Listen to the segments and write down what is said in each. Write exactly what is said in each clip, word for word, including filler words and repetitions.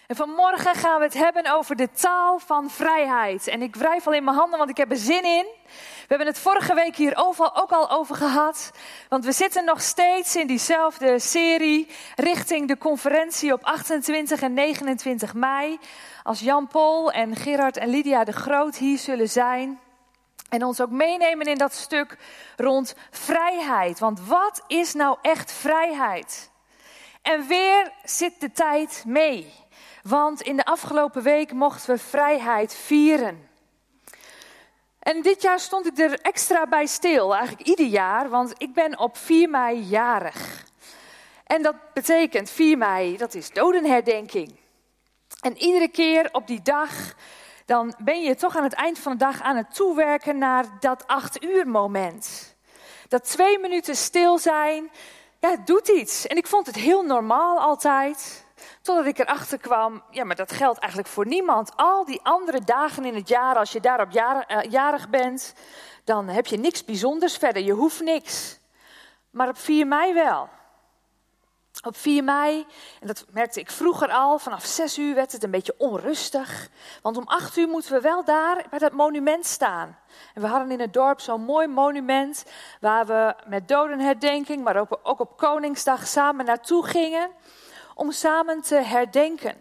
En vanmorgen gaan we het hebben over de taal van vrijheid. En ik wrijf al in mijn handen, want ik heb er zin in. We hebben het vorige week hier ook al over gehad. Want we zitten nog steeds in diezelfde serie richting de conferentie op achtentwintig en negenentwintig mei. Als Jan-Paul en Gerard en Lydia de Groot hier zullen zijn. En ons ook meenemen in dat stuk rond vrijheid. Want wat is nou echt vrijheid? En weer zit de tijd mee. Want in de afgelopen week mochten we vrijheid vieren. En dit jaar stond ik er extra bij stil, eigenlijk ieder jaar, want ik ben op vier mei jarig. En dat betekent vier mei, dat is dodenherdenking. En iedere keer op die dag, dan ben je toch aan het eind van de dag aan het toewerken naar dat acht uur moment. Dat twee minuten stil zijn, ja, het doet iets. En ik vond het heel normaal altijd. Totdat ik erachter kwam, ja, maar dat geldt eigenlijk voor niemand. Al die andere dagen in het jaar, als je daarop jarig, uh, jarig bent, dan heb je niks bijzonders verder. Je hoeft niks. Maar op vier mei wel. Op vier mei, en dat merkte ik vroeger al, vanaf zes uur werd het een beetje onrustig. Want om acht uur moeten we wel daar bij dat monument staan. En we hadden in het dorp zo'n mooi monument waar we met dodenherdenking, maar ook, ook op Koningsdag samen naartoe gingen. Om samen te herdenken.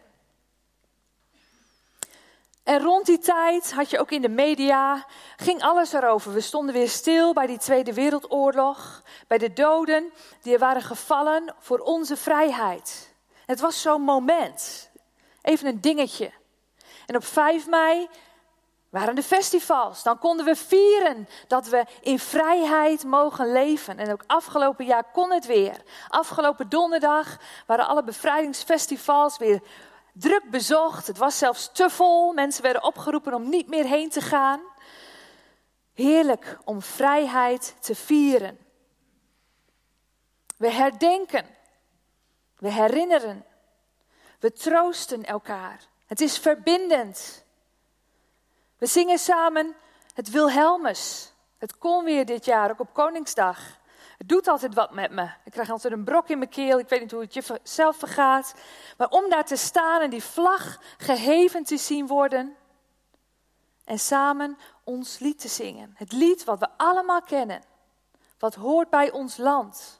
En rond die tijd had je ook in de media, ging alles erover. We stonden weer stil bij die Tweede Wereldoorlog. Bij de doden die waren gevallen voor onze vrijheid. Het was zo'n moment. Even een dingetje. En op vijf mei waren de festivals. Dan konden we vieren dat we in vrijheid mogen leven. En ook afgelopen jaar kon het weer. Afgelopen donderdag waren alle bevrijdingsfestivals weer druk bezocht. Het was zelfs te vol. Mensen werden opgeroepen om niet meer heen te gaan. Heerlijk om vrijheid te vieren. We herdenken. We herinneren. We troosten elkaar. Het is verbindend. We zingen samen het Wilhelmus. Het kon weer dit jaar, ook op Koningsdag. Het doet altijd wat met me. Ik krijg altijd een brok in mijn keel. Ik weet niet hoe het je zelf vergaat. Maar om daar te staan en die vlag geheven te zien worden. En samen ons lied te zingen. Het lied wat we allemaal kennen. Wat hoort bij ons land.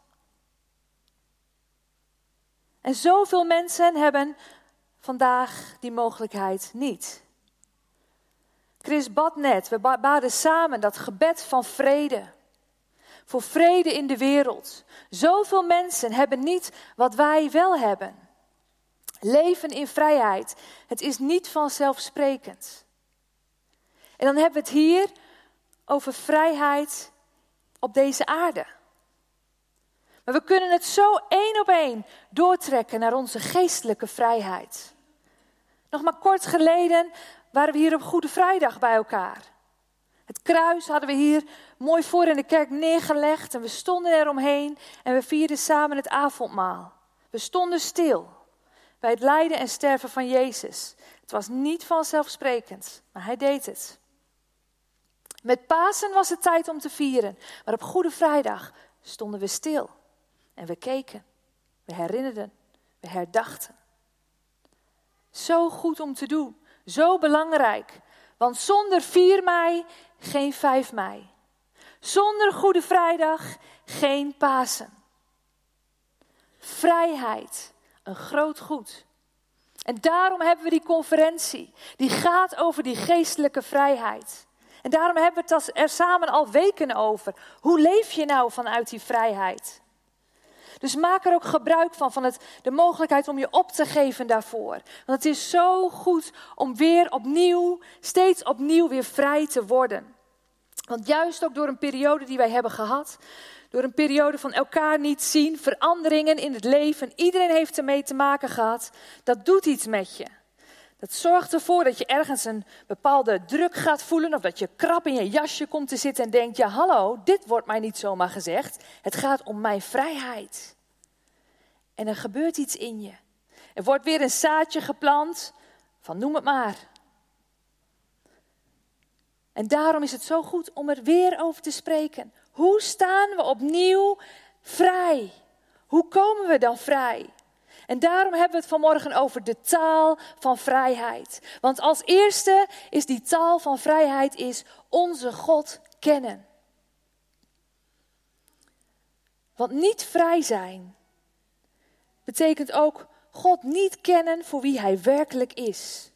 En zoveel mensen hebben vandaag die mogelijkheid niet. Chris bad net, we baden samen dat gebed van vrede. Voor vrede in de wereld. Zoveel mensen hebben niet wat wij wel hebben. Leven in vrijheid. Het is niet vanzelfsprekend. En dan hebben we het hier over vrijheid op deze aarde. Maar we kunnen het zo één op één doortrekken naar onze geestelijke vrijheid. Nog maar kort geleden waren we hier op Goede Vrijdag bij elkaar. Het kruis hadden we hier mooi voor in de kerk neergelegd en we stonden eromheen en we vierden samen het avondmaal. We stonden stil bij het lijden en sterven van Jezus. Het was niet vanzelfsprekend, maar hij deed het. Met Pasen was het tijd om te vieren, maar op Goede Vrijdag stonden we stil en we keken, we herinnerden, we herdachten. Zo goed om te doen. Zo belangrijk, want zonder vier mei geen vijf mei. Zonder Goede Vrijdag geen Pasen. Vrijheid, een groot goed. En daarom hebben we die conferentie, die gaat over die geestelijke vrijheid. En daarom hebben we het er samen al weken over. Hoe leef je nou vanuit die vrijheid? Dus maak er ook gebruik van, van het, de mogelijkheid om je op te geven daarvoor. Want het is zo goed om weer opnieuw, steeds opnieuw weer vrij te worden. Want juist ook door een periode die wij hebben gehad, door een periode van elkaar niet zien, veranderingen in het leven, iedereen heeft ermee te maken gehad, dat doet iets met je. Dat zorgt ervoor dat je ergens een bepaalde druk gaat voelen of dat je krap in je jasje komt te zitten en denkt, ja hallo, dit wordt mij niet zomaar gezegd. Het gaat om mijn vrijheid. En er gebeurt iets in je. Er wordt weer een zaadje geplant van noem het maar. En daarom is het zo goed om er weer over te spreken. Hoe staan we opnieuw vrij? Hoe komen we dan vrij? En daarom hebben we het vanmorgen over de taal van vrijheid. Want als eerste is die taal van vrijheid is onze God kennen. Want niet vrij zijn betekent ook God niet kennen voor wie hij werkelijk is.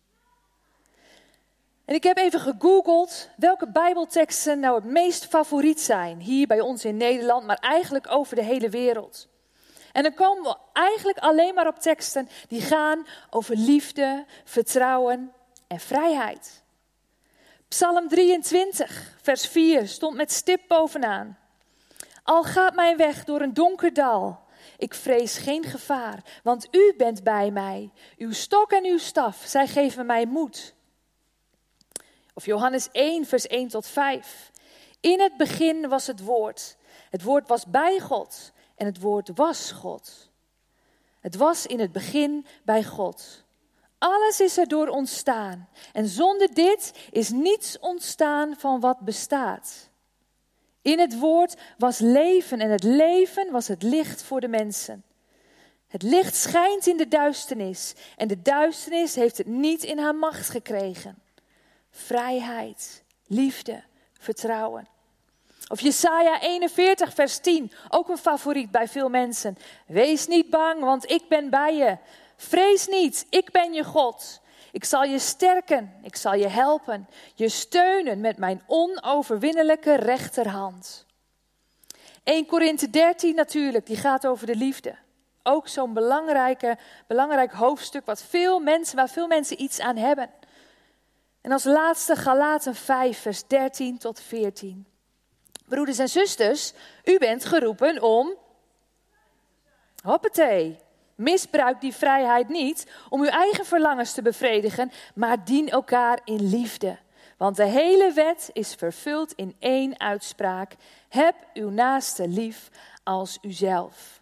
En ik heb even gegoogeld welke Bijbelteksten nou het meest favoriet zijn. Hier bij ons in Nederland, maar eigenlijk over de hele wereld. En dan komen we eigenlijk alleen maar op teksten die gaan over liefde, vertrouwen en vrijheid. Psalm drieëntwintig, vers vier, stond met stip bovenaan. Al gaat mijn weg door een donker dal, ik vrees geen gevaar, want u bent bij mij. Uw stok en uw staf, zij geven mij moed. Of Johannes één, vers één tot vijf. In het begin was het woord. Het woord was bij God en het woord was God. Het was in het begin bij God. Alles is erdoor ontstaan. En zonder dit is niets ontstaan van wat bestaat. In het woord was leven en het leven was het licht voor de mensen. Het licht schijnt in de duisternis en de duisternis heeft het niet in haar macht gekregen. Vrijheid, liefde, vertrouwen. Of Jesaja eenenveertig, vers tien, ook een favoriet bij veel mensen. Wees niet bang, want ik ben bij je. Vrees niet, ik ben je God. Ik zal je sterken, ik zal je helpen, je steunen met mijn onoverwinnelijke rechterhand. Eerste Korinthe dertien natuurlijk, die gaat over de liefde. Ook zo'n belangrijke, belangrijk hoofdstuk wat veel mensen, waar veel mensen iets aan hebben. En als laatste Galaten vijf, vers dertien tot veertien. Broeders en zusters, u bent geroepen om, hoppatee, misbruik die vrijheid niet om uw eigen verlangens te bevredigen, maar dien elkaar in liefde. Want de hele wet is vervuld in één uitspraak. Heb uw naaste lief als uzelf.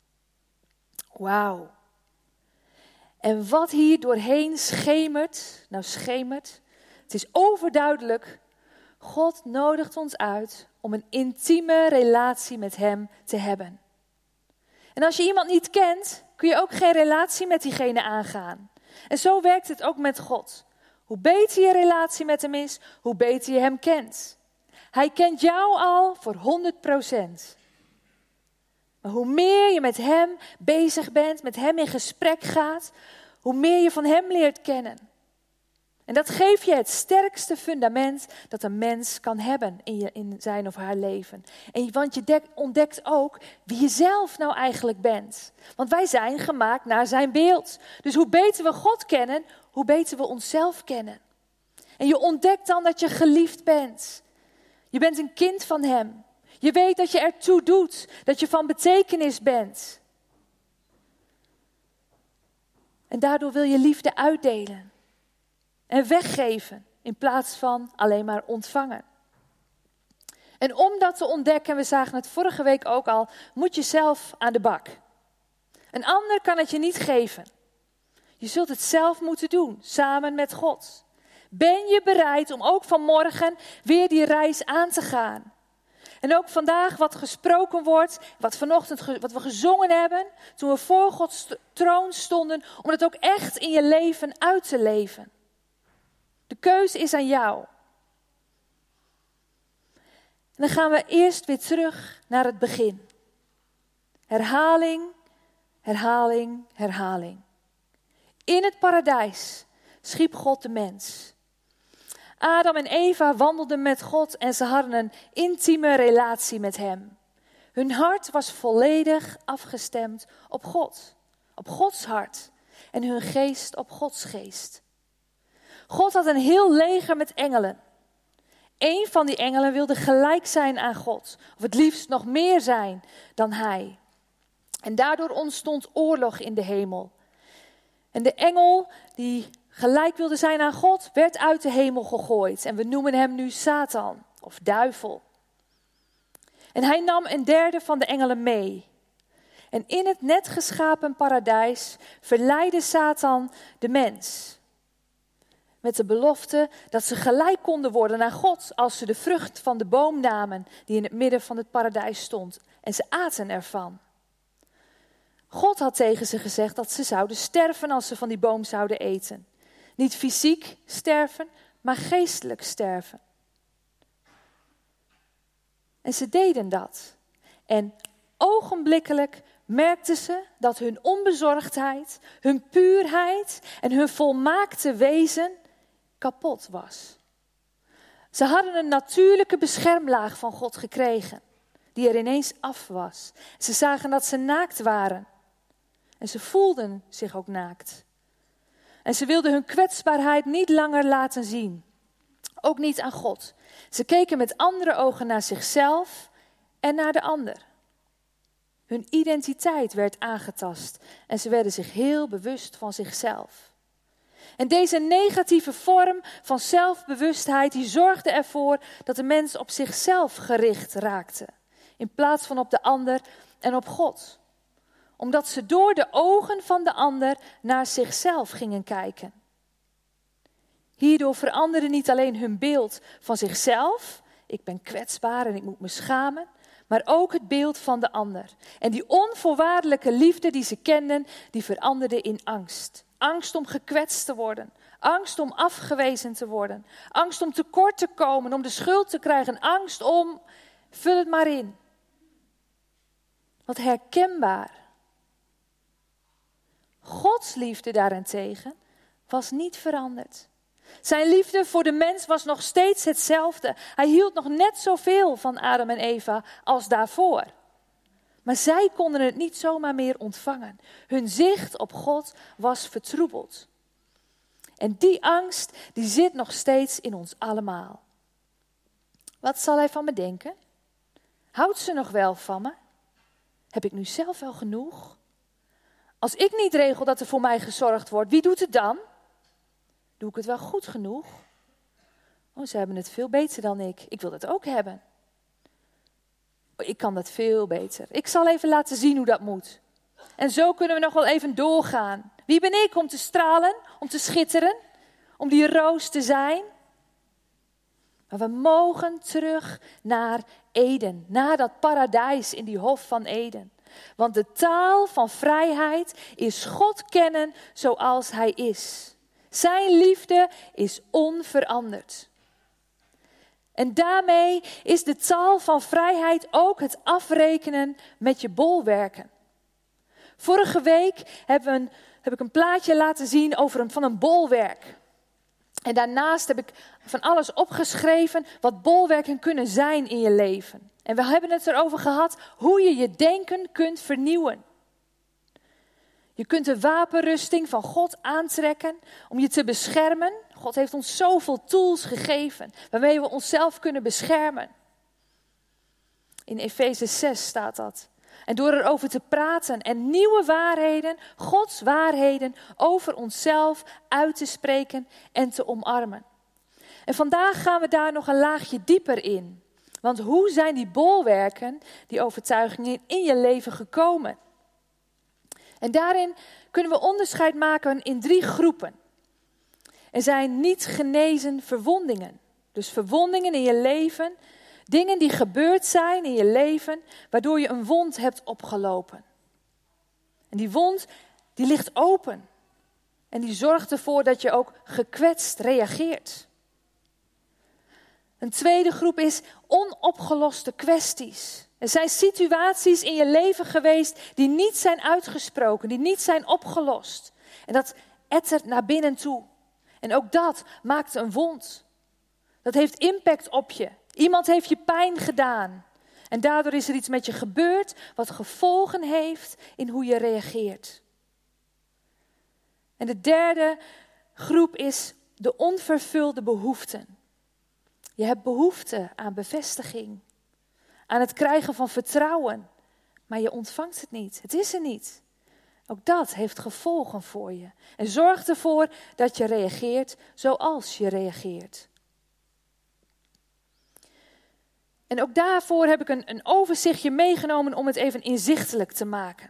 Wauw. En wat hier doorheen schemert, nou schemert, het is overduidelijk. God nodigt ons uit om een intieme relatie met hem te hebben. En als je iemand niet kent, kun je ook geen relatie met diegene aangaan. En zo werkt het ook met God. Hoe beter je relatie met hem is, hoe beter je hem kent. Hij kent jou al voor honderd procent. Maar hoe meer je met hem bezig bent, met hem in gesprek gaat, hoe meer je van hem leert kennen. En dat geeft je het sterkste fundament dat een mens kan hebben in, je, in zijn of haar leven. En, want je dek, ontdekt ook wie je zelf nou eigenlijk bent. Want wij zijn gemaakt naar zijn beeld. Dus hoe beter we God kennen, hoe beter we onszelf kennen. En je ontdekt dan dat je geliefd bent. Je bent een kind van hem. Je weet dat je ertoe doet, dat je van betekenis bent. En daardoor wil je liefde uitdelen. En weggeven in plaats van alleen maar ontvangen. En om dat te ontdekken, we zagen het vorige week ook al, moet je zelf aan de bak. Een ander kan het je niet geven. Je zult het zelf moeten doen, samen met God. Ben je bereid om ook vanmorgen weer die reis aan te gaan? En ook vandaag wat gesproken wordt, wat vanochtend wat we gezongen hebben, toen we voor Gods troon stonden, om het ook echt in je leven uit te leven. De keuze is aan jou. En dan gaan we eerst weer terug naar het begin. Herhaling, herhaling, herhaling. In het paradijs schiep God de mens. Adam en Eva wandelden met God en ze hadden een intieme relatie met hem. Hun hart was volledig afgestemd op God, op Gods hart en hun geest op Gods geest. God had een heel leger met engelen. Eén van die engelen wilde gelijk zijn aan God, of het liefst nog meer zijn dan hij. En daardoor ontstond oorlog in de hemel. En de engel die gelijk wilde zijn aan God, werd uit de hemel gegooid. En we noemen hem nu Satan of duivel. En hij nam een derde van de engelen mee. En in het net geschapen paradijs verleidde Satan de mens. Met de belofte dat ze gelijk konden worden aan God als ze de vrucht van de boom namen die in het midden van het paradijs stond. En ze aten ervan. God had tegen ze gezegd dat ze zouden sterven als ze van die boom zouden eten. Niet fysiek sterven, maar geestelijk sterven. En ze deden dat. En ogenblikkelijk merkten ze dat hun onbezorgdheid, hun puurheid en hun volmaakte wezen kapot was. Ze hadden een natuurlijke beschermlaag van God gekregen, die er ineens af was. Ze zagen dat ze naakt waren. En ze voelden zich ook naakt. En ze wilden hun kwetsbaarheid niet langer laten zien. Ook niet aan God. Ze keken met andere ogen naar zichzelf en naar de ander. Hun identiteit werd aangetast en ze werden zich heel bewust van zichzelf. En deze negatieve vorm van zelfbewustheid die zorgde ervoor dat de mens op zichzelf gericht raakte. In plaats van op de ander en op God. Omdat ze door de ogen van de ander naar zichzelf gingen kijken. Hierdoor veranderde niet alleen hun beeld van zichzelf. Ik ben kwetsbaar en ik moet me schamen. Maar ook het beeld van de ander. En die onvoorwaardelijke liefde die ze kenden, die veranderde in angst. Angst om gekwetst te worden. Angst om afgewezen te worden. Angst om tekort te komen, om de schuld te krijgen. Angst om, vul het maar in. Wat herkenbaar. Gods liefde daarentegen was niet veranderd. Zijn liefde voor de mens was nog steeds hetzelfde. Hij hield nog net zoveel van Adam en Eva als daarvoor. Maar zij konden het niet zomaar meer ontvangen. Hun zicht op God was vertroebeld. En die angst, die zit nog steeds in ons allemaal. Wat zal hij van me denken? Houdt ze nog wel van me? Heb ik nu zelf wel genoeg? Als ik niet regel dat er voor mij gezorgd wordt, wie doet het dan? Doe ik het wel goed genoeg? Oh, ze hebben het veel beter dan ik. Ik wil dat ook hebben. Oh, ik kan dat veel beter. Ik zal even laten zien hoe dat moet. En zo kunnen we nog wel even doorgaan. Wie ben ik om te stralen, om te schitteren, om die roos te zijn? Maar we mogen terug naar Eden, naar dat paradijs in die hof van Eden. Want de taal van vrijheid is God kennen zoals Hij is. Zijn liefde is onveranderd. En daarmee is de taal van vrijheid ook het afrekenen met je bolwerken. Vorige week heb, een, heb ik een plaatje laten zien over een, van een bolwerk. En daarnaast heb ik van alles opgeschreven wat bolwerken kunnen zijn in je leven. En we hebben het erover gehad hoe je je denken kunt vernieuwen. Je kunt de wapenrusting van God aantrekken om je te beschermen. God heeft ons zoveel tools gegeven waarmee we onszelf kunnen beschermen. In Efeze zes staat dat. En door erover te praten en nieuwe waarheden, Gods waarheden over onszelf uit te spreken en te omarmen. En vandaag gaan we daar nog een laagje dieper in. Want hoe zijn die bolwerken, die overtuigingen in je leven gekomen? En daarin kunnen we onderscheid maken in drie groepen. Er zijn niet genezen verwondingen. Dus verwondingen in je leven, dingen die gebeurd zijn in je leven, waardoor je een wond hebt opgelopen. En die wond, die ligt open. En die zorgt ervoor dat je ook gekwetst reageert. Een tweede groep is onopgeloste kwesties. Er zijn situaties in je leven geweest die niet zijn uitgesproken, die niet zijn opgelost. En dat ettert naar binnen toe. En ook dat maakt een wond. Dat heeft impact op je. Iemand heeft je pijn gedaan. En daardoor is er iets met je gebeurd wat gevolgen heeft in hoe je reageert. En de derde groep is de onvervulde behoeften. Je hebt behoefte aan bevestiging. Aan het krijgen van vertrouwen. Maar je ontvangt het niet. Het is er niet. Ook dat heeft gevolgen voor je. En zorgt ervoor dat je reageert zoals je reageert. En ook daarvoor heb ik een, een overzichtje meegenomen om het even inzichtelijk te maken.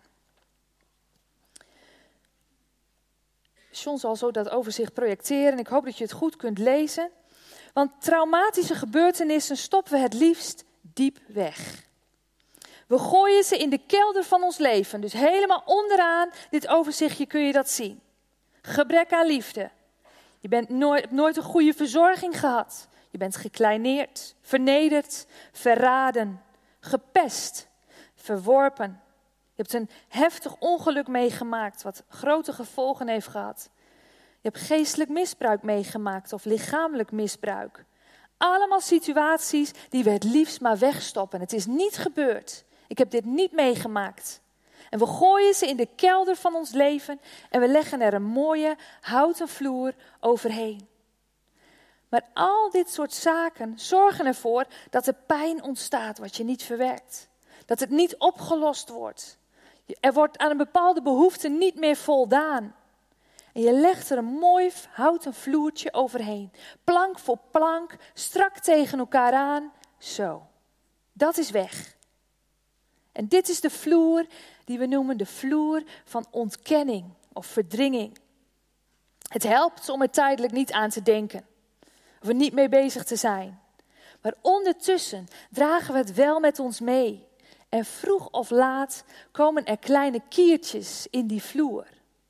John zal zo dat overzicht projecteren en ik hoop dat je het goed kunt lezen. Want traumatische gebeurtenissen stoppen we het liefst diep weg. We gooien ze in de kelder van ons leven. Dus helemaal onderaan dit overzichtje kun je dat zien. Gebrek aan liefde. Je bent nooit, hebt nooit een goede verzorging gehad. Je bent gekleineerd, vernederd, verraden, gepest, verworpen. Je hebt een heftig ongeluk meegemaakt wat grote gevolgen heeft gehad. Je hebt geestelijk misbruik meegemaakt of lichamelijk misbruik. Allemaal situaties die we het liefst maar wegstoppen. Het is niet gebeurd. Ik heb dit niet meegemaakt. En we gooien ze in de kelder van ons leven en we leggen er een mooie houten vloer overheen. Maar al dit soort zaken zorgen ervoor dat er pijn ontstaat wat je niet verwerkt. Dat het niet opgelost wordt. Er wordt aan een bepaalde behoefte niet meer voldaan. En je legt er een mooi houten vloertje overheen. Plank voor plank, strak tegen elkaar aan. Zo, dat is weg. En dit is de vloer die we noemen de vloer van ontkenning of verdringing. Het helpt om er tijdelijk niet aan te denken. Of er niet mee bezig te zijn. Maar ondertussen dragen we het wel met ons mee. En vroeg of laat komen er kleine kiertjes in die vloer.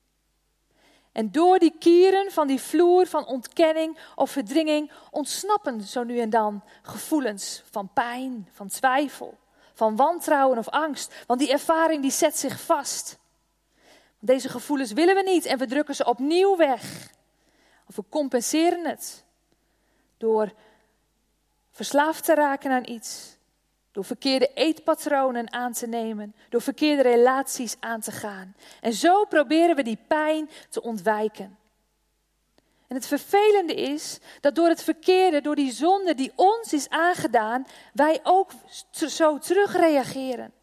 En door die kieren van die vloer van ontkenning of verdringing ontsnappen zo nu en dan gevoelens van pijn, van twijfel, van wantrouwen of angst. Want die ervaring die zet zich vast. Deze gevoelens willen we niet en we drukken ze opnieuw weg. Of we compenseren het door verslaafd te raken aan iets. Door verkeerde eetpatronen aan te nemen. Door verkeerde relaties aan te gaan. En zo proberen we die pijn te ontwijken. En het vervelende is dat door het verkeerde, door die zonde die ons is aangedaan, wij ook zo terugreageren.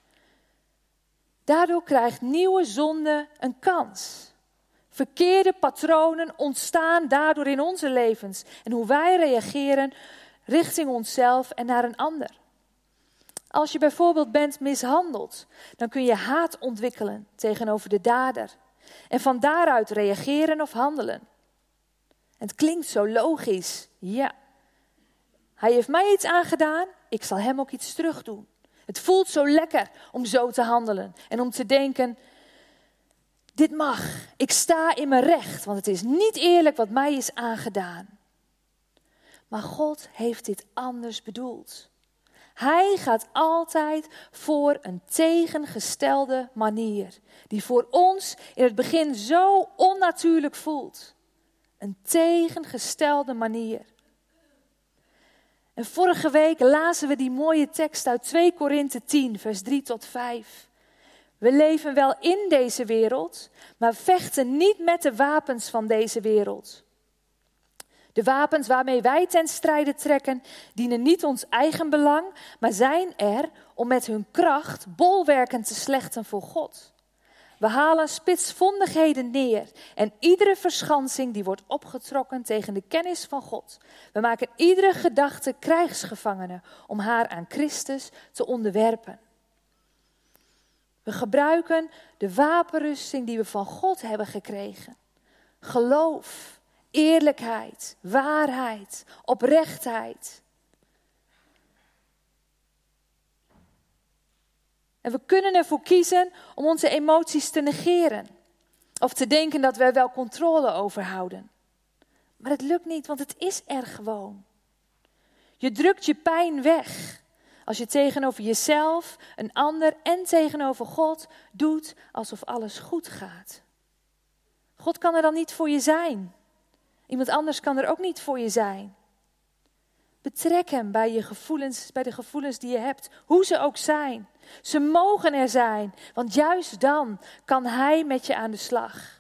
Daardoor krijgt nieuwe zonde een kans. Verkeerde patronen ontstaan daardoor in onze levens. En hoe wij reageren richting onszelf en naar een ander. Als je bijvoorbeeld bent mishandeld, dan kun je haat ontwikkelen tegenover de dader. En van daaruit reageren of handelen. En het klinkt zo logisch. Ja, hij heeft mij iets aangedaan, ik zal hem ook iets terug doen. Het voelt zo lekker om zo te handelen. En om te denken, dit mag, ik sta in mijn recht, want het is niet eerlijk wat mij is aangedaan. Maar God heeft dit anders bedoeld. Hij gaat altijd voor een tegengestelde manier. Die voor ons in het begin zo onnatuurlijk voelt. Een tegengestelde manier. En vorige week lazen we die mooie tekst uit twee Korinthe tien, vers drie tot vijf. We leven wel in deze wereld, maar vechten niet met de wapens van deze wereld. De wapens waarmee wij ten strijde trekken, dienen niet ons eigen belang, maar zijn er om met hun kracht bolwerken te slechten voor God. We halen spitsvondigheden neer en iedere verschansing die wordt opgetrokken tegen de kennis van God. We maken iedere gedachte krijgsgevangene om haar aan Christus te onderwerpen. We gebruiken de wapenrusting die we van God hebben gekregen. Geloof, eerlijkheid, waarheid, oprechtheid. En we kunnen ervoor kiezen om onze emoties te negeren. Of te denken dat wij wel controle over houden. Maar het lukt niet, want het is er gewoon. Je drukt je pijn weg. Als je tegenover jezelf, een ander en tegenover God doet alsof alles goed gaat. God kan er dan niet voor je zijn. Iemand anders kan er ook niet voor je zijn. Betrek hem bij je gevoelens, bij de gevoelens die je hebt, hoe ze ook zijn. Ze mogen er zijn, want juist dan kan hij met je aan de slag.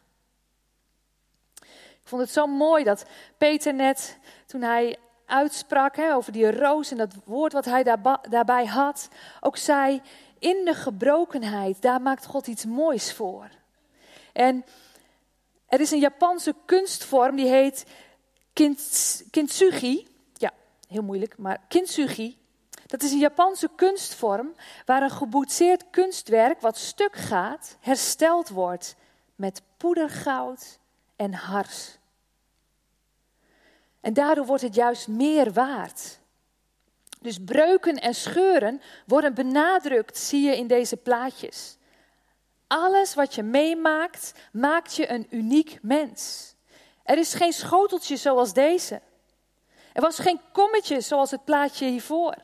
Ik vond het zo mooi dat Peter net, toen hij uitsprak hè, over die roos en dat woord wat hij daarba, daarbij had, ook zei, in de gebrokenheid, daar maakt God iets moois voor. En er is een Japanse kunstvorm die heet kint, kintsugi. Ja, heel moeilijk, maar kintsugi. Dat is een Japanse kunstvorm waar een geboetseerd kunstwerk wat stuk gaat, hersteld wordt met poedergoud en hars. En daardoor wordt het juist meer waard. Dus breuken en scheuren worden benadrukt, zie je in deze plaatjes. Alles wat je meemaakt, maakt je een uniek mens. Er is geen schoteltje zoals deze. Er was geen kommetje zoals het plaatje hiervoor.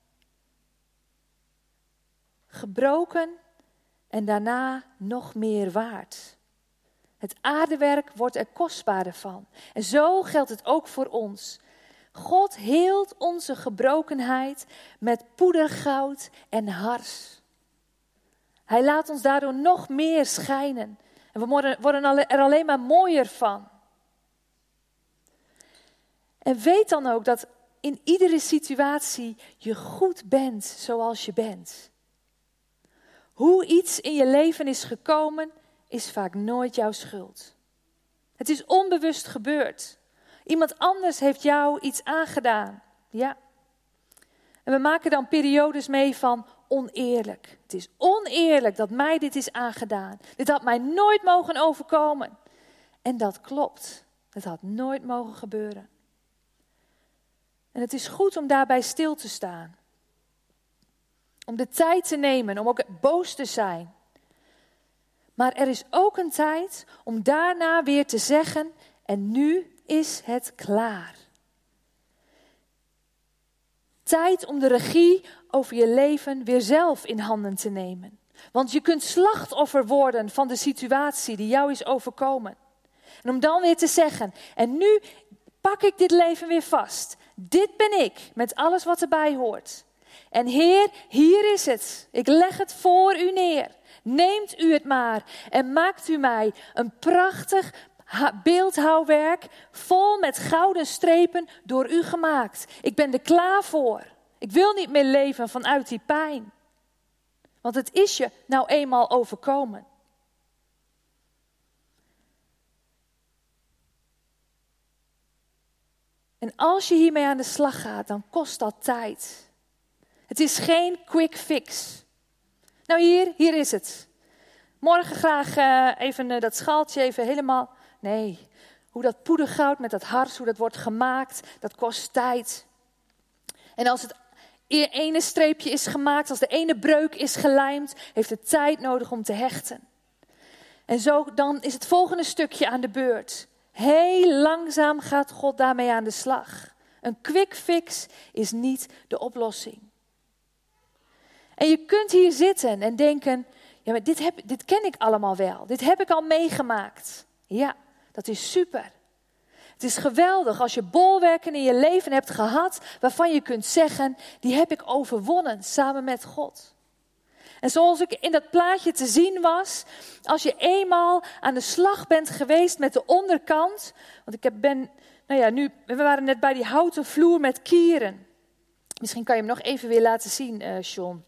Gebroken en daarna nog meer waard. Het aardewerk wordt er kostbaarder van. En zo geldt het ook voor ons. God heelt onze gebrokenheid met poedergoud en hars. Hij laat ons daardoor nog meer schijnen. En we worden, worden er alleen maar mooier van. En weet dan ook dat in iedere situatie je goed bent zoals je bent. Hoe iets in je leven is gekomen, is vaak nooit jouw schuld. Het is onbewust gebeurd. Iemand anders heeft jou iets aangedaan. Ja. En we maken dan periodes mee van oneerlijk. Het is oneerlijk dat mij dit is aangedaan. Dit had mij nooit mogen overkomen. En dat klopt. Het had nooit mogen gebeuren. En het is goed om daarbij stil te staan. Om de tijd te nemen, om ook boos te zijn. Maar er is ook een tijd om daarna weer te zeggen, en nu is het klaar. Tijd om de regie over je leven weer zelf in handen te nemen. Want je kunt slachtoffer worden van de situatie die jou is overkomen. En om dan weer te zeggen, en nu pak ik dit leven weer vast. Dit ben ik, met alles wat erbij hoort. En Heer, hier is het. Ik leg het voor u neer. Neemt u het maar en maakt u mij een prachtig beeldhouwwerk vol met gouden strepen door u gemaakt. Ik ben er klaar voor. Ik wil niet meer leven vanuit die pijn. Want het is je nou eenmaal overkomen. En als je hiermee aan de slag gaat, dan kost dat tijd. Het is geen quick fix. Nou hier, hier is het. Morgen graag uh, even uh, dat schaaltje even helemaal... Nee, hoe dat poedergoud met dat hars, hoe dat wordt gemaakt, dat kost tijd. En als het ene streepje is gemaakt, als de ene breuk is gelijmd, heeft het tijd nodig om te hechten. En zo dan is het volgende stukje aan de beurt. Heel langzaam gaat God daarmee aan de slag. Een quick fix is niet de oplossing. En je kunt hier zitten en denken, ja, maar dit, heb, dit ken ik allemaal wel. Dit heb ik al meegemaakt. Ja, dat is super. Het is geweldig als je bolwerken in je leven hebt gehad, waarvan je kunt zeggen, die heb ik overwonnen samen met God. En zoals ik in dat plaatje te zien was, als je eenmaal aan de slag bent geweest met de onderkant, want ik ben, nou ja, nu, we waren net bij die houten vloer met kieren. Misschien kan je hem nog even weer laten zien, uh, Sean.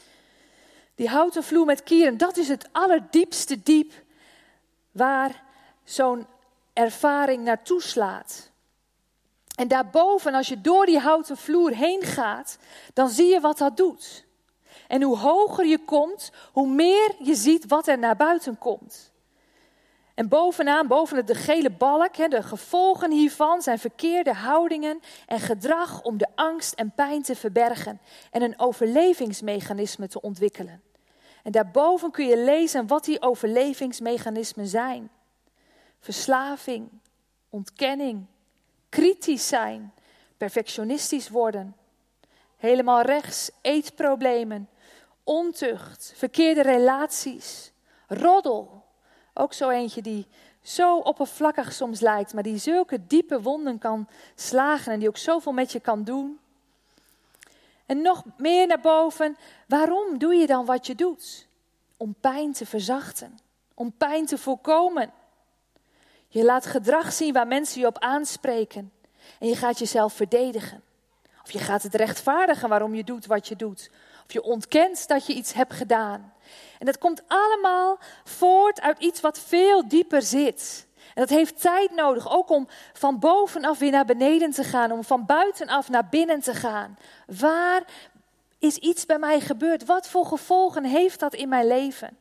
Die houten vloer met kieren, dat is het allerdiepste diep waar zo'n ervaring naartoe slaat. En daarboven, als je door die houten vloer heen gaat, dan zie je wat dat doet. En hoe hoger je komt, hoe meer je ziet wat er naar buiten komt. En bovenaan, boven de gele balk, de gevolgen hiervan zijn verkeerde houdingen en gedrag om de angst en pijn te verbergen en een overlevingsmechanisme te ontwikkelen. En daarboven kun je lezen wat die overlevingsmechanismen zijn. Verslaving, ontkenning, kritisch zijn, perfectionistisch worden, helemaal rechts, eetproblemen, ontucht, verkeerde relaties, roddel. Ook zo eentje die zo oppervlakkig soms lijkt, maar die zulke diepe wonden kan slagen en die ook zoveel met je kan doen. En nog meer naar boven, waarom doe je dan wat je doet? Om pijn te verzachten, om pijn te voorkomen. Je laat gedrag zien waar mensen je op aanspreken en je gaat jezelf verdedigen. Of je gaat het rechtvaardigen waarom je doet wat je doet. Of je ontkent dat je iets hebt gedaan. En dat komt allemaal voort uit iets wat veel dieper zit. En dat heeft tijd nodig, ook om van bovenaf weer naar beneden te gaan. Om van buitenaf naar binnen te gaan. Waar is iets bij mij gebeurd? Wat voor gevolgen heeft dat in mijn leven?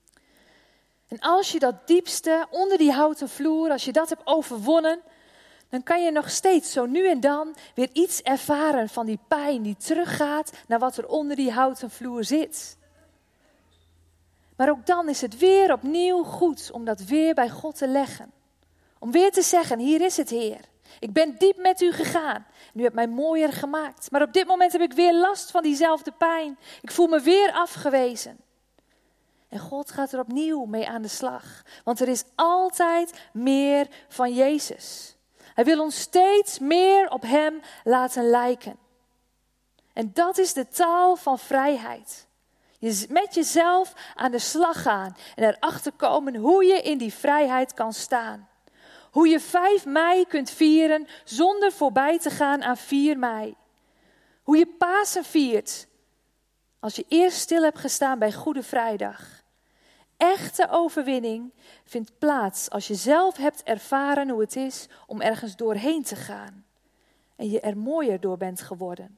En als je dat diepste onder die houten vloer, als je dat hebt overwonnen, dan kan je nog steeds zo nu en dan weer iets ervaren van die pijn die teruggaat naar wat er onder die houten vloer zit. Maar ook dan is het weer opnieuw goed om dat weer bij God te leggen. Om weer te zeggen, hier is het Heer. Ik ben diep met u gegaan. U hebt mij mooier gemaakt. Maar op dit moment heb ik weer last van diezelfde pijn. Ik voel me weer afgewezen. En God gaat er opnieuw mee aan de slag. Want er is altijd meer van Jezus. Hij wil ons steeds meer op hem laten lijken. En dat is de taal van vrijheid. Je met jezelf aan de slag gaan en erachter komen hoe je in die vrijheid kan staan. Hoe je vijf mei kunt vieren zonder voorbij te gaan aan vier mei. Hoe je Pasen viert als je eerst stil hebt gestaan bij Goede Vrijdag. Echte overwinning vindt plaats als je zelf hebt ervaren hoe het is om ergens doorheen te gaan. En je er mooier door bent geworden.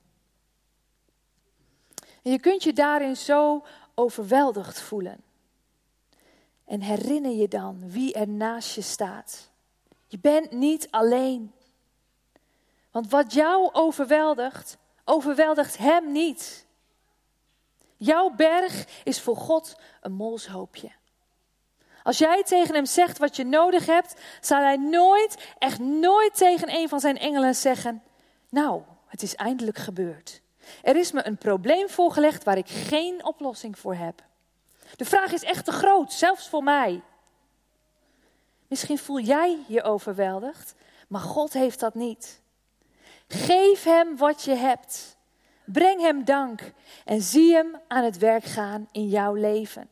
En je kunt je daarin zo overweldigd voelen. En herinner je dan wie er naast je staat. Je bent niet alleen. Want wat jou overweldigt, overweldigt hem niet. Jouw berg is voor God een molshoopje. Als jij tegen hem zegt wat je nodig hebt, zal hij nooit, echt nooit tegen een van zijn engelen zeggen: nou, het is eindelijk gebeurd. Er is me een probleem voorgelegd waar ik geen oplossing voor heb. De vraag is echt te groot, zelfs voor mij. Misschien voel jij je overweldigd, maar God heeft dat niet. Geef hem wat je hebt. Breng hem dank en zie hem aan het werk gaan in jouw leven.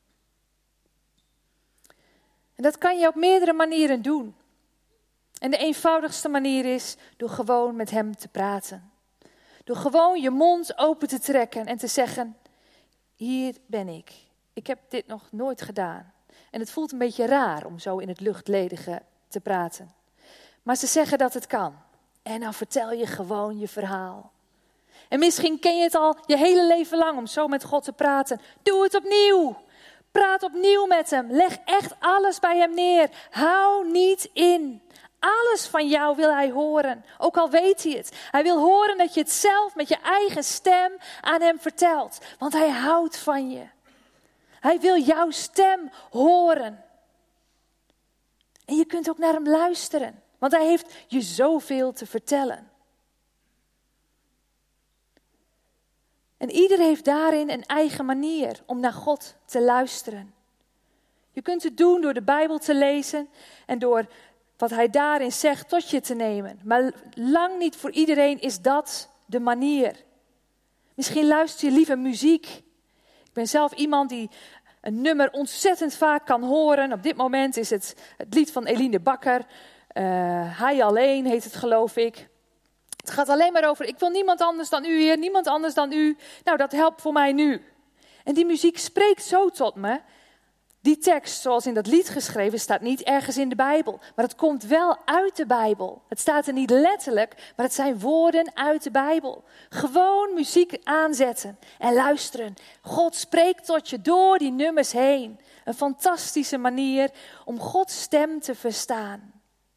En dat kan je op meerdere manieren doen. En de eenvoudigste manier is door gewoon met hem te praten. Door gewoon je mond open te trekken en te zeggen: hier ben ik. Ik heb dit nog nooit gedaan. En het voelt een beetje raar om zo in het luchtledige te praten. Maar ze zeggen dat het kan. En dan vertel je gewoon je verhaal. En misschien ken je het al je hele leven lang om zo met God te praten. Doe het opnieuw. Praat opnieuw met hem. Leg echt alles bij hem neer. Hou niet in. Alles van jou wil hij horen. Ook al weet hij het. Hij wil horen dat je het zelf met je eigen stem aan hem vertelt. Want hij houdt van je. Hij wil jouw stem horen. En je kunt ook naar hem luisteren. Want hij heeft je zoveel te vertellen. En ieder heeft daarin een eigen manier om naar God te luisteren. Je kunt het doen door de Bijbel te lezen en door wat hij daarin zegt tot je te nemen. Maar lang niet voor iedereen is dat de manier. Misschien luister je liever muziek. Ik ben zelf iemand die een nummer ontzettend vaak kan horen. Op dit moment is het het lied van Eline de Bakker. Uh, Hij alleen heet het, geloof ik. Het gaat alleen maar over: ik wil niemand anders dan u, Heer, niemand anders dan u. Nou, dat helpt voor mij nu. En die muziek spreekt zo tot me. Die tekst, zoals in dat lied geschreven, staat niet ergens in de Bijbel. Maar het komt wel uit de Bijbel. Het staat er niet letterlijk, maar het zijn woorden uit de Bijbel. Gewoon muziek aanzetten en luisteren. God spreekt tot je door die nummers heen. Een fantastische manier om Gods stem te verstaan.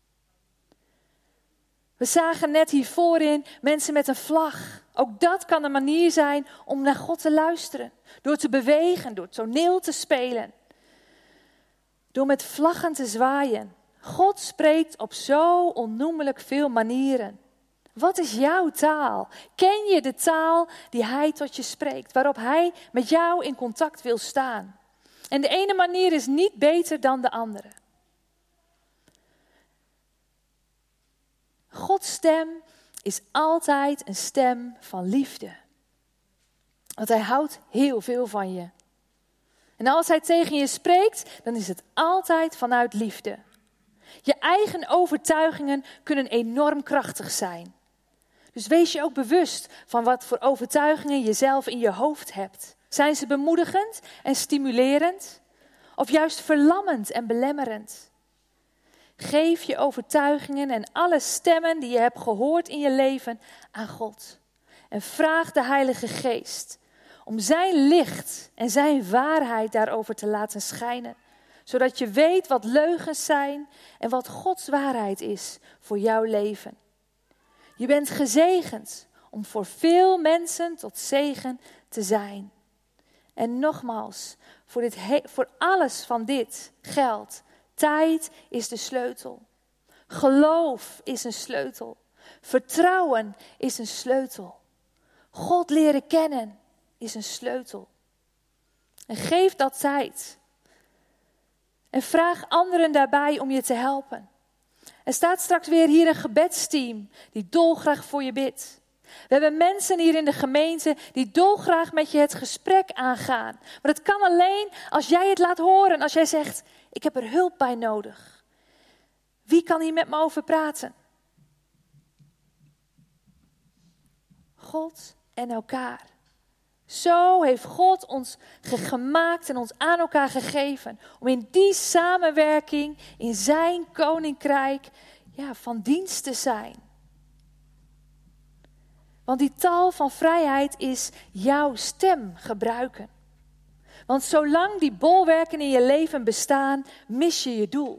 We zagen net hier voorin mensen met een vlag. Ook dat kan een manier zijn om naar God te luisteren. Door te bewegen, door toneel te spelen. Door met vlaggen te zwaaien. God spreekt op zo onnoemelijk veel manieren. Wat is jouw taal? Ken je de taal die hij tot je spreekt? Waarop hij met jou in contact wil staan. En de ene manier is niet beter dan de andere. Gods stem is altijd een stem van liefde. Want hij houdt heel veel van je. En als hij tegen je spreekt, dan is het altijd vanuit liefde. Je eigen overtuigingen kunnen enorm krachtig zijn. Dus wees je ook bewust van wat voor overtuigingen je zelf in je hoofd hebt. Zijn ze bemoedigend en stimulerend? Of juist verlammend en belemmerend? Geef je overtuigingen en alle stemmen die je hebt gehoord in je leven aan God. En vraag de Heilige Geest om zijn licht en zijn waarheid daarover te laten schijnen. Zodat je weet wat leugens zijn en wat Gods waarheid is voor jouw leven. Je bent gezegend om voor veel mensen tot zegen te zijn. En nogmaals, voor, dit he- voor alles van dit geldt. Tijd is de sleutel. Geloof is een sleutel. Vertrouwen is een sleutel. God leren kennen is een sleutel. En geef dat tijd. En vraag anderen daarbij om je te helpen. Er staat straks weer hier een gebedsteam die dolgraag voor je bidt. We hebben mensen hier in de gemeente die dolgraag met je het gesprek aangaan. Maar dat kan alleen als jij het laat horen. Als jij zegt, ik heb er hulp bij nodig. Wie kan hier met me over praten? God en elkaar. Zo heeft God ons gemaakt en ons aan elkaar gegeven. Om in die samenwerking, in zijn koninkrijk, ja, van dienst te zijn. Want die taal van vrijheid is jouw stem gebruiken. Want zolang die bolwerken in je leven bestaan, mis je je doel.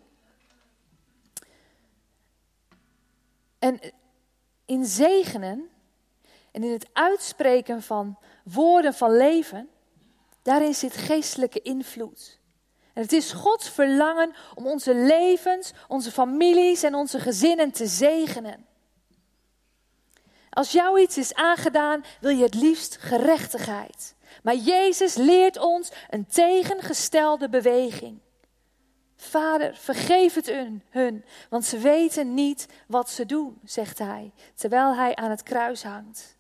En in zegenen en in het uitspreken van woorden van leven, daarin zit geestelijke invloed. En het is Gods verlangen om onze levens, onze families en onze gezinnen te zegenen. Als jou iets is aangedaan, wil je het liefst gerechtigheid. Maar Jezus leert ons een tegengestelde beweging. Vader, vergeef het hun, want ze weten niet wat ze doen, zegt hij, terwijl hij aan het kruis hangt.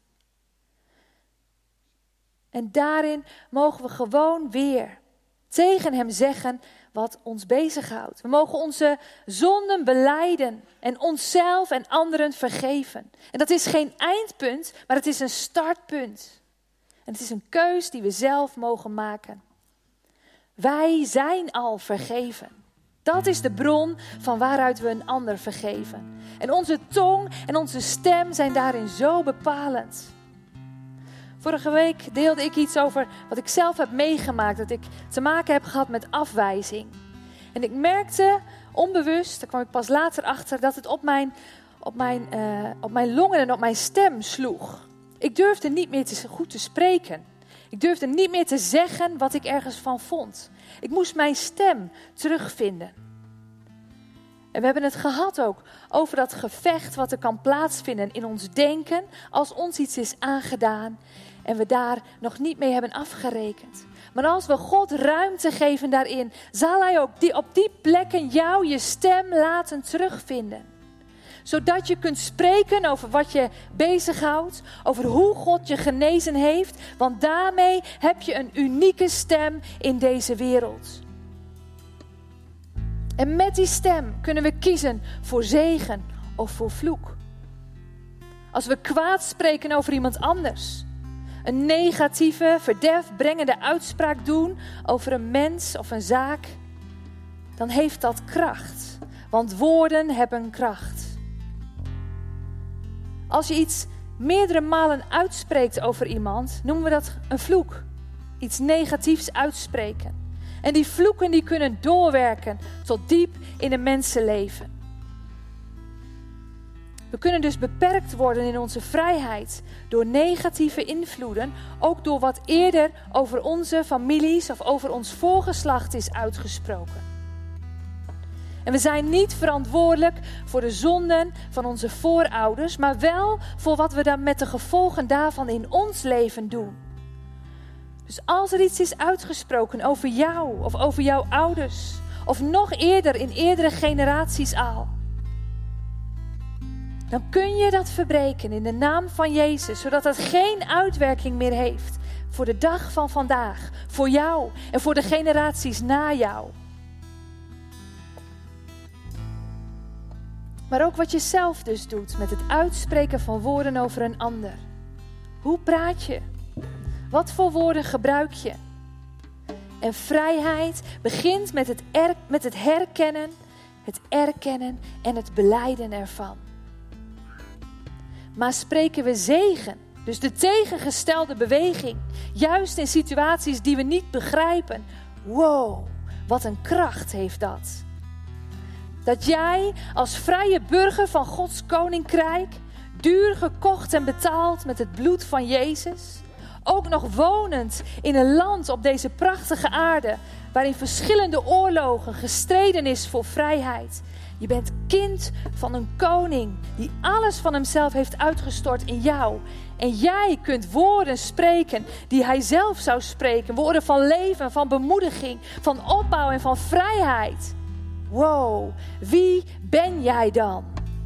En daarin mogen we gewoon weer tegen hem zeggen wat ons bezighoudt. We mogen onze zonden belijden en onszelf en anderen vergeven. En dat is geen eindpunt, maar het is een startpunt. En het is een keus die we zelf mogen maken. Wij zijn al vergeven. Dat is de bron van waaruit we een ander vergeven. En onze tong en onze stem zijn daarin zo bepalend. Vorige week deelde ik iets over wat ik zelf heb meegemaakt. Dat ik te maken heb gehad met afwijzing. En ik merkte onbewust, daar kwam ik pas later achter, dat het op mijn, op mijn, uh, op mijn longen en op mijn stem sloeg. Ik durfde niet meer te, goed te spreken. Ik durfde niet meer te zeggen wat ik ergens van vond. Ik moest mijn stem terugvinden. En we hebben het gehad ook over dat gevecht wat er kan plaatsvinden in ons denken als ons iets is aangedaan en we daar nog niet mee hebben afgerekend. Maar als we God ruimte geven daarin, zal hij ook die, op die plekken jou je stem laten terugvinden. Zodat je kunt spreken over wat je bezighoudt, over hoe God je genezen heeft. Want daarmee heb je een unieke stem in deze wereld. En met die stem kunnen we kiezen voor zegen of voor vloek. Als we kwaad spreken over iemand anders, een negatieve, verderfbrengende uitspraak doen over een mens of een zaak, dan heeft dat kracht. Want woorden hebben kracht. Als je iets meerdere malen uitspreekt over iemand, noemen we dat een vloek. Iets negatiefs uitspreken. En die vloeken die kunnen doorwerken tot diep in een mensenleven. We kunnen dus beperkt worden in onze vrijheid door negatieve invloeden, ook door wat eerder over onze families of over ons voorgeslacht is uitgesproken. En we zijn niet verantwoordelijk voor de zonden van onze voorouders, maar wel voor wat we dan met de gevolgen daarvan in ons leven doen. Dus als er iets is uitgesproken over jou of over jouw ouders, of nog eerder in eerdere generaties al, dan kun je dat verbreken in de naam van Jezus, zodat dat geen uitwerking meer heeft voor de dag van vandaag, voor jou en voor de generaties na jou. Maar ook wat je zelf dus doet met het uitspreken van woorden over een ander. Hoe praat je? Wat voor woorden gebruik je? En vrijheid begint met het, er, met het herkennen, het erkennen en het belijden ervan. Maar spreken we zegen, dus de tegengestelde beweging, juist in situaties die we niet begrijpen. Wow, Wat een kracht heeft dat. Dat jij als vrije burger van Gods koninkrijk, duur gekocht en betaald met het bloed van Jezus, ook nog wonend in een land op deze prachtige aarde, waarin verschillende oorlogen gestreden is voor vrijheid. Je bent kind van een koning die alles van hemzelf heeft uitgestort in jou. En jij kunt woorden spreken die hij zelf zou spreken. Woorden van leven, van bemoediging, van opbouw en van vrijheid. Wow, wie ben jij dan?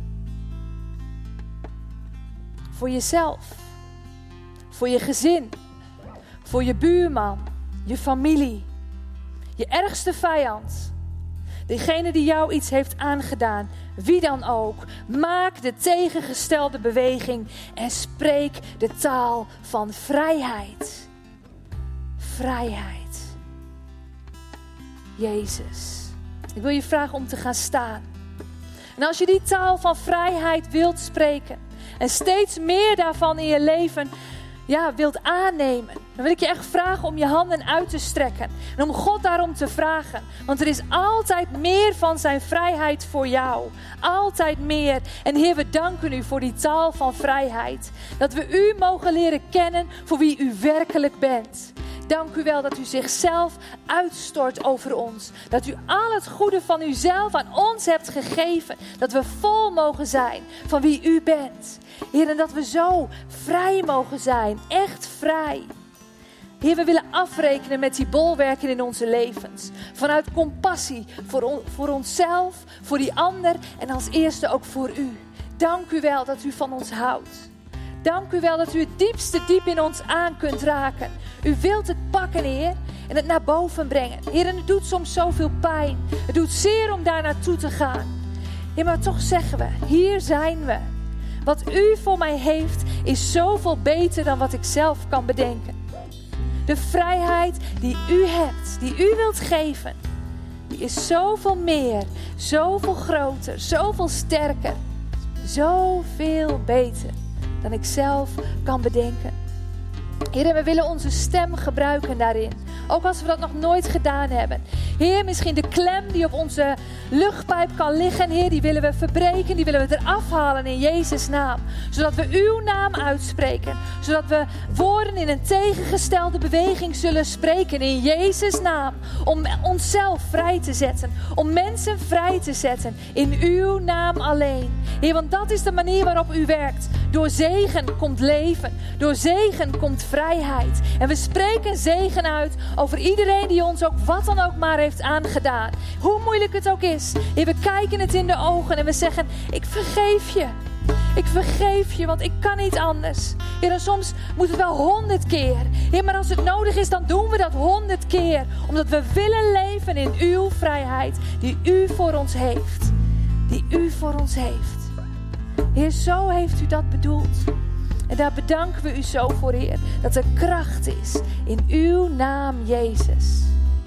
Voor jezelf, voor je gezin, voor je buurman, je familie, je ergste vijand. Degene die jou iets heeft aangedaan, wie dan ook. Maak de tegengestelde beweging en spreek de taal van vrijheid. Vrijheid. Jezus. Ik wil je vragen om te gaan staan. En als je die taal van vrijheid wilt spreken en steeds meer daarvan in je leven ja, wilt aannemen, dan wil ik je echt vragen om je handen uit te strekken. En om God daarom te vragen. Want er is altijd meer van zijn vrijheid voor jou. Altijd meer. En Heer, we danken u voor die taal van vrijheid. Dat we u mogen leren kennen voor wie u werkelijk bent. Dank u wel dat u zichzelf uitstort over ons. Dat u al het goede van uzelf aan ons hebt gegeven. Dat we vol mogen zijn van wie u bent. Heer, en dat we zo vrij mogen zijn. Echt vrij. Heer, we willen afrekenen met die bolwerken in onze levens. Vanuit compassie voor, on, voor onszelf, voor die ander en als eerste ook voor u. Dank u wel dat u van ons houdt. Dank u wel dat u het diepste diep in ons aan kunt raken. U wilt het pakken, Heer, en het naar boven brengen. Heer, en het doet soms zoveel pijn. Het doet zeer om daar naartoe te gaan. Heer, maar toch zeggen we, hier zijn we. Wat u voor mij heeft is zoveel beter dan wat ik zelf kan bedenken. De vrijheid die u hebt, die u wilt geven, die is zoveel meer, zoveel groter, zoveel sterker, zoveel beter dan ik zelf kan bedenken. Heer, we willen onze stem gebruiken daarin. Ook als we dat nog nooit gedaan hebben. Heer, misschien de klem die op onze luchtpijp kan liggen. Heer, die willen we verbreken. Die willen we eraf halen in Jezus' naam. Zodat we uw naam uitspreken. Zodat we woorden in een tegengestelde beweging zullen spreken in Jezus' naam. Om onszelf vrij te zetten. Om mensen vrij te zetten. In uw naam alleen. Heer, want dat is de manier waarop u werkt. Door zegen komt leven. Door zegen komt vrijheid. En we spreken zegen uit over iedereen die ons ook wat dan ook maar heeft aangedaan. Hoe moeilijk het ook is. Heer, we kijken het in de ogen en we zeggen, ik vergeef je. Ik vergeef je, want ik kan niet anders. Heer, en soms moet het wel honderd keer. Heer, maar als het nodig is, dan doen we dat honderd keer. Omdat we willen leven in uw vrijheid. Die u voor ons heeft. Die u voor ons heeft. Heer, zo heeft u dat bedoeld. En daar bedanken we u zo voor, Heer. Dat er kracht is in uw naam, Jezus.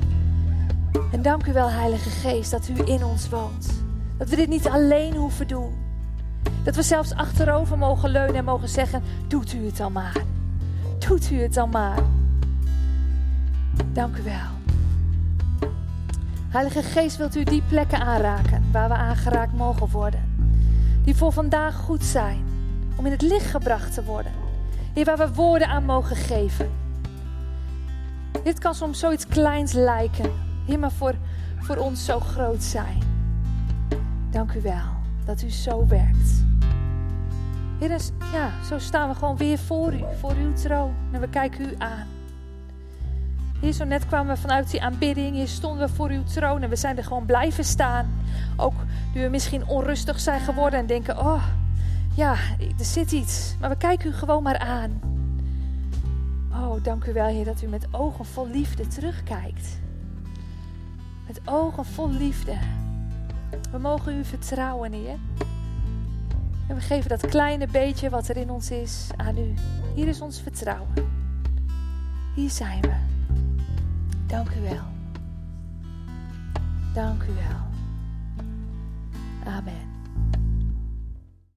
En dank u wel, Heilige Geest, dat u in ons woont. Dat we dit niet alleen hoeven doen. Dat we zelfs achterover mogen leunen en mogen zeggen, doet u het dan maar. Doet u het dan maar. Dank u wel. Heilige Geest, wilt u die plekken aanraken waar we aangeraakt mogen worden. Die voor vandaag goed zijn. Om in het licht gebracht te worden. Heer, waar we woorden aan mogen geven. Dit kan soms zoiets kleins lijken. Heer, maar voor, voor ons zo groot zijn. Dank u wel dat u zo werkt. Heer, dus, ja, zo staan we gewoon weer voor u. Voor uw troon. En we kijken u aan. Heer, zo net kwamen we vanuit die aanbidding. Hier stonden we voor uw troon. En we zijn er gewoon blijven staan. Ook nu we misschien onrustig zijn geworden. En denken, oh... ja, er zit iets. Maar we kijken u gewoon maar aan. Oh, dank u wel, Heer, dat u met ogen vol liefde terugkijkt. Met ogen vol liefde. We mogen u vertrouwen, Heer. En we geven dat kleine beetje wat er in ons is aan u. Hier is ons vertrouwen. Hier zijn we. Dank u wel. Dank u wel. Amen.